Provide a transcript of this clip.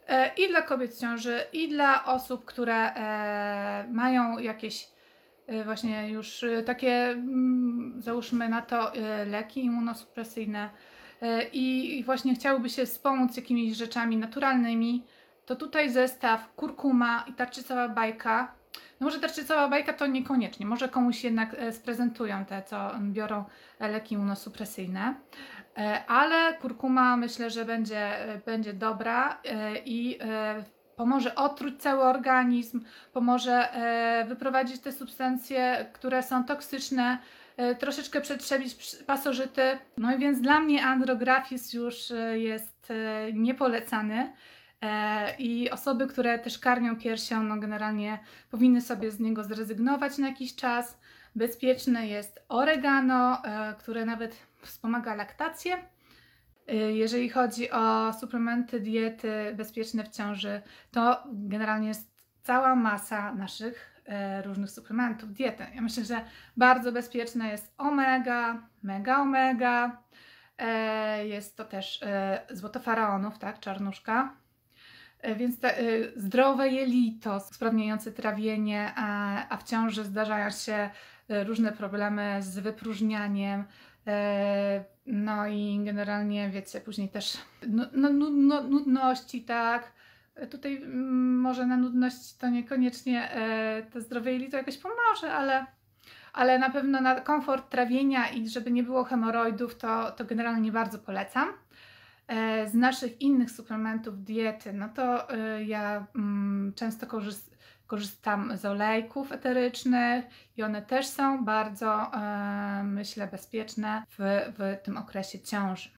i dla kobiet w ciąży, i dla osób, które mają jakieś właśnie już takie, załóżmy na to, leki immunosupresyjne i właśnie chciałyby się wspomóc jakimiś rzeczami naturalnymi, to tutaj zestaw kurkuma i tarczycowa bajka. No może tarczycowa bajka to niekoniecznie, może komuś jednak sprezentują te, co biorą leki immunosupresyjne, ale kurkuma myślę, że będzie dobra i pomoże otruć cały organizm, pomoże wyprowadzić te substancje, które są toksyczne, troszeczkę przetrzebić pasożyty. No i więc dla mnie Andrographis już jest niepolecany. I osoby, które też karmią piersią, no generalnie powinny sobie z niego zrezygnować na jakiś czas. Bezpieczne jest oregano, które nawet wspomaga laktację. Jeżeli chodzi o suplementy diety bezpieczne w ciąży, to generalnie jest cała masa naszych różnych suplementów diety. Ja myślę, że bardzo bezpieczne jest omega, mega omega, jest to też złoto faraonów, tak, czarnuszka. Więc zdrowe jelito, usprawniające trawienie, a w ciąży zdarzają się różne problemy z wypróżnianiem. No i generalnie wiecie, później też nudności, tak. Tutaj może na nudność to niekoniecznie to zdrowe jelito jakoś pomoże, ale na pewno na komfort trawienia i żeby nie było hemoroidów, to generalnie bardzo polecam. Z naszych innych suplementów diety, no to ja często korzystam z olejków eterycznych i one też są bardzo, myślę, bezpieczne w tym okresie ciąży.